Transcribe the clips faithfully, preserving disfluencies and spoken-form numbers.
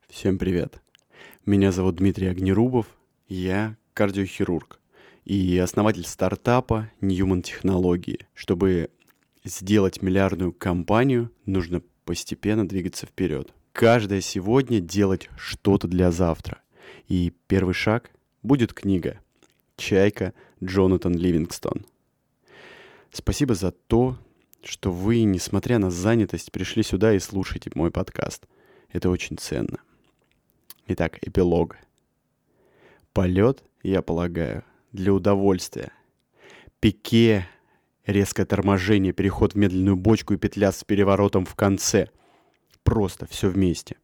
Всем привет. Меня зовут Дмитрий Огнерубов, я кардиохирург и основатель стартапа Newman Технологии. Чтобы сделать миллиардную компанию, нужно постепенно двигаться вперед. Каждое сегодня делать что-то для завтра. И первый шаг будет книга «Чайка» Джонатан Ливингстон. Спасибо за то, что вы, несмотря на занятость, пришли сюда и слушаете мой подкаст. Это очень ценно. Итак, эпилог. Полет, я полагаю, для удовольствия. Пике, резкое торможение, переход в медленную бочку и петля с переворотом в конце. Просто все вместе.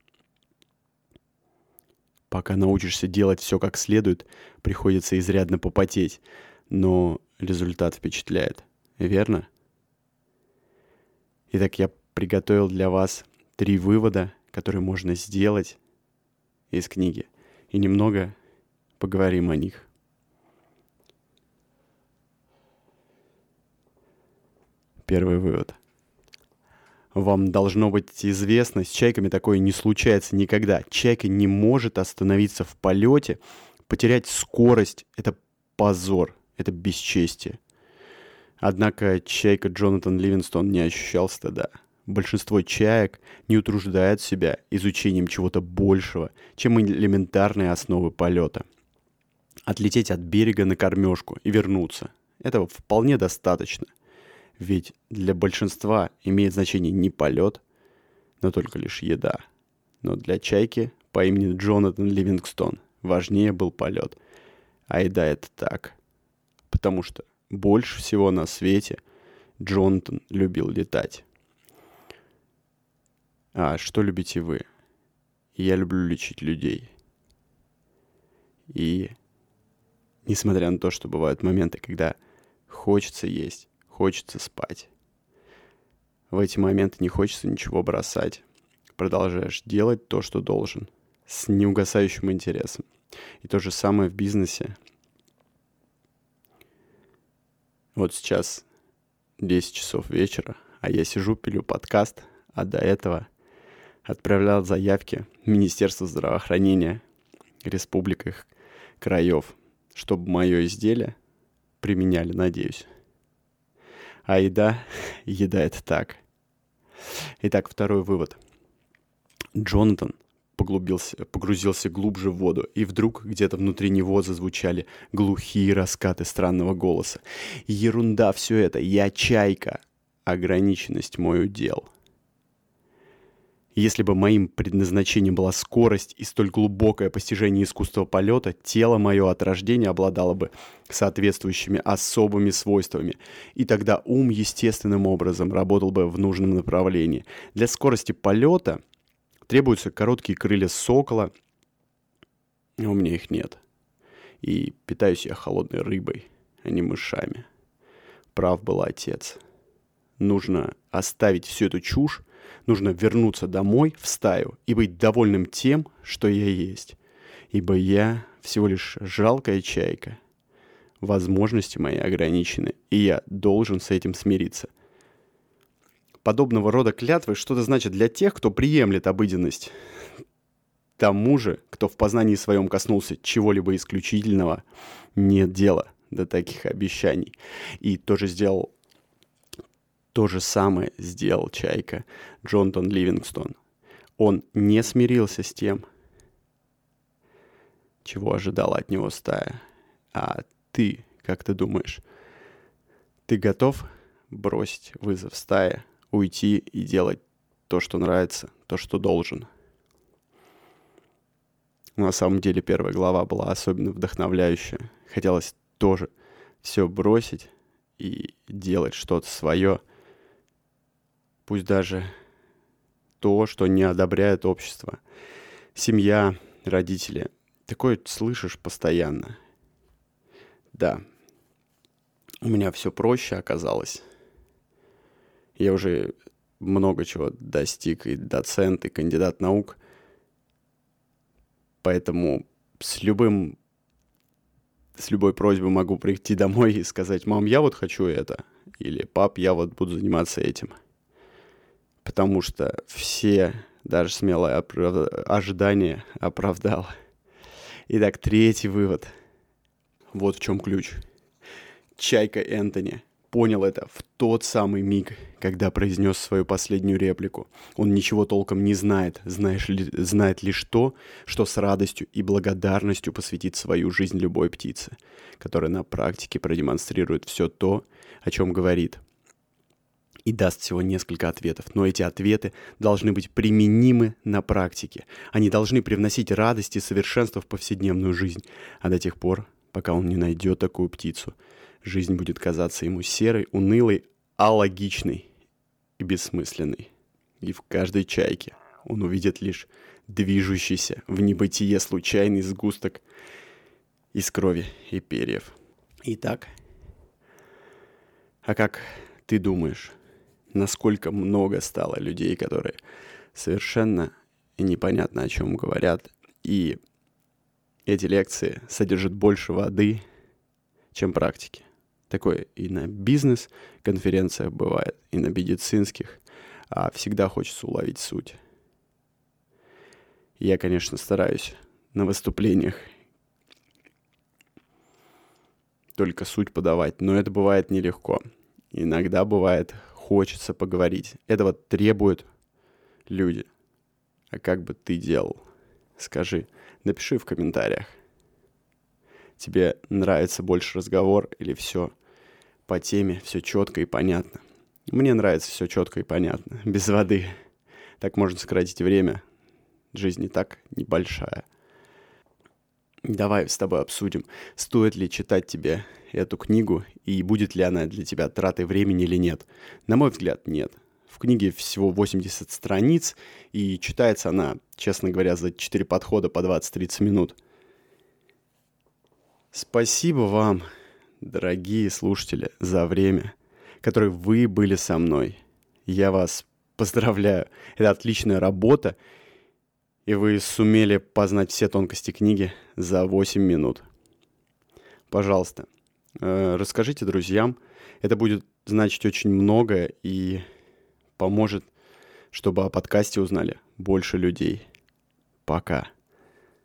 Пока научишься делать все как следует, приходится изрядно попотеть, но результат впечатляет. Верно? Итак, я приготовил для вас три вывода, которые можно сделать из книги, и немного поговорим о них. Первый вывод. Вам должно быть известно, с чайками такое не случается никогда. Чайка не может остановиться в полете, потерять скорость – это позор, это бесчестие. Однако чайка Джонатан Ливингстон не ощущал стыда. Большинство чаек не утруждают себя изучением чего-то большего, чем элементарные основы полета. Отлететь от берега на кормежку и вернуться – этого вполне достаточно. Ведь для большинства имеет значение не полет, но только лишь еда. Но для чайки по имени Джонатан Ливингстон важнее был полет. А еда – это так. Потому что больше всего на свете Джонатан любил летать. А что любите вы? Я люблю лечить людей. И несмотря на то, что бывают моменты, когда хочется есть, хочется спать, в эти моменты не хочется ничего бросать. Продолжаешь делать то, что должен, с неугасающим интересом. И то же самое в бизнесе. Вот сейчас десять часов вечера, а я сижу, пилю подкаст, а до этого отправлял заявки в Министерство здравоохранения республик краев, чтобы мое изделие применяли, надеюсь. А еда, еда это так. Итак, второй вывод. Джонатан поглубился, погрузился глубже в воду, и вдруг где-то внутри него зазвучали глухие раскаты странного голоса. Ерунда все это, я чайка. Ограниченность мой удел. Если бы моим предназначением была скорость и столь глубокое постижение искусства полета, тело мое от рождения обладало бы соответствующими особыми свойствами, и тогда ум естественным образом работал бы в нужном направлении. Для скорости полета требуются короткие крылья сокола, а у меня их нет. И питаюсь я холодной рыбой, а не мышами. Прав был отец. Нужно оставить всю эту чушь, нужно вернуться домой, в стаю, и быть довольным тем, что я есть. Ибо я всего лишь жалкая чайка. Возможности мои ограничены, и я должен с этим смириться. Подобного рода клятвы что-то значит для тех, кто приемлет обыденность. Тому же, кто в познании своем коснулся чего-либо исключительного, нет дела до таких обещаний. И тоже сделал... То же самое сделал чайка Джонатан Ливингстон. Он не смирился с тем, чего ожидала от него стая. А ты, как ты думаешь, ты готов бросить вызов стае, уйти и делать то, что нравится, то, что должен? На самом деле первая глава была особенно вдохновляющая. Хотелось тоже все бросить и делать что-то свое, пусть даже то, что не одобряет общество. Семья, родители. Такое слышишь постоянно. Да, у меня все проще оказалось. Я уже много чего достиг, и доцент, и кандидат наук. Поэтому с любым, с любой просьбой могу прийти домой и сказать: мам, я вот хочу это. Или пап, я вот буду заниматься этим. Потому что все Даже смелое оправ... ожидание оправдало. Итак, третий вывод. Вот в чем ключ. Чайка Энтони понял это в тот самый миг, когда произнес свою последнюю реплику. Он ничего толком не знает, знаешь ли, знает лишь то, что с радостью и благодарностью посвятит свою жизнь любой птице, которая на практике продемонстрирует все то, о чем говорит. И даст всего несколько ответов, но эти ответы должны быть применимы на практике. Они должны привносить радость и совершенство в повседневную жизнь. А до тех пор, пока он не найдет такую птицу, жизнь будет казаться ему серой, унылой, алогичной и бессмысленной. И в каждой чайке он увидит лишь движущийся в небытие случайный сгусток из крови и перьев. Итак, а как ты думаешь, насколько много стало людей, которые совершенно непонятно о чем говорят, и эти лекции содержат больше воды, чем практики? Такое и на бизнес-конференциях бывает, и на медицинских, а всегда хочется уловить суть. Я, конечно, стараюсь на выступлениях только суть подавать, но это бывает нелегко. Иногда бывает хочется поговорить. Этого требуют люди. А как бы ты делал? Скажи, напиши в комментариях. Тебе нравится больше разговор или все по теме, все четко и понятно? Мне нравится все четко и понятно, без воды. Так можно сократить время. Жизнь и так небольшая. Давай с тобой обсудим, стоит ли читать тебе эту книгу и будет ли она для тебя тратой времени или нет. На мой взгляд, нет. В книге всего восемьдесят страниц, и читается она, честно говоря, за четыре подхода по двадцать-тридцать минут. Спасибо вам, дорогие слушатели, за время, которое вы были со мной. Я вас поздравляю. Это отличная работа, и вы сумели познать все тонкости книги за восемь минут. Пожалуйста, расскажите друзьям. Это будет значить очень многое и поможет, чтобы о подкасте узнали больше людей. Пока.